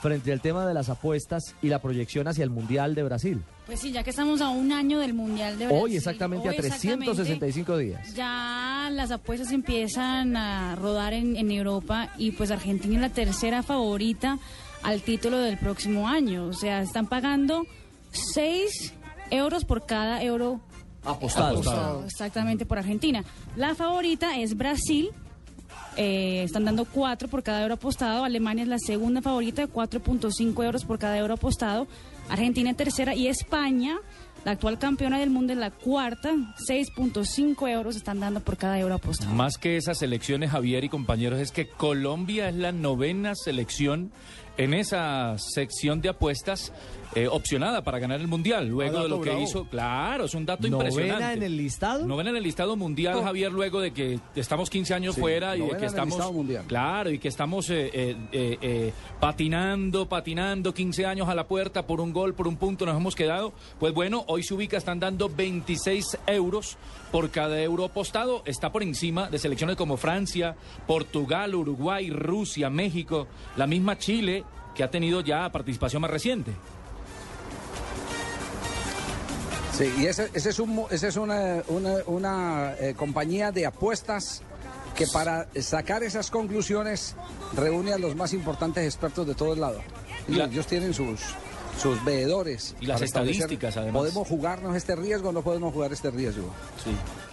frente al tema de las apuestas y la proyección hacia el Mundial de Brasil. Pues sí, ya que estamos a un año del Mundial de Brasil. Hoy exactamente a 365 días. Ya las apuestas empiezan a rodar en Europa y pues Argentina es la tercera favorita al título del próximo año. O sea, están pagando 6 euros por cada euro apostado. Exactamente, por Argentina. La favorita es Brasil. Están dando 4 por cada euro apostado. Alemania es la segunda favorita, 4.5 euros por cada euro apostado. Argentina en tercera y España, la actual campeona del mundo, es la cuarta, 6.5 euros están dando por cada euro apostado. Más que esas selecciones, Javier y compañeros, es que Colombia es la 9ª selección en esa sección de apuestas opcionada para ganar el Mundial, luego de lo que hizo. Claro, es un dato impresionante. ¿Novena en el listado? Novena en el listado mundial, Javier, luego de que estamos 15 años fuera y de que estamos... Claro, y que estamos patinando, 15 años a la puerta por un gol, por un punto nos hemos quedado. Pues bueno, hoy se ubica, están dando 26 euros por cada euro apostado. Está por encima de selecciones como Francia, Portugal, Uruguay, Rusia, México, la misma Chile, que ha tenido ya participación más reciente. Sí, y esa es una compañía de apuestas que para sacar esas conclusiones reúne a los más importantes expertos de todo el lado. Y ellos tienen sus veedores. Y las estadísticas, además. ¿Podemos jugarnos este riesgo o no podemos jugar este riesgo? Sí.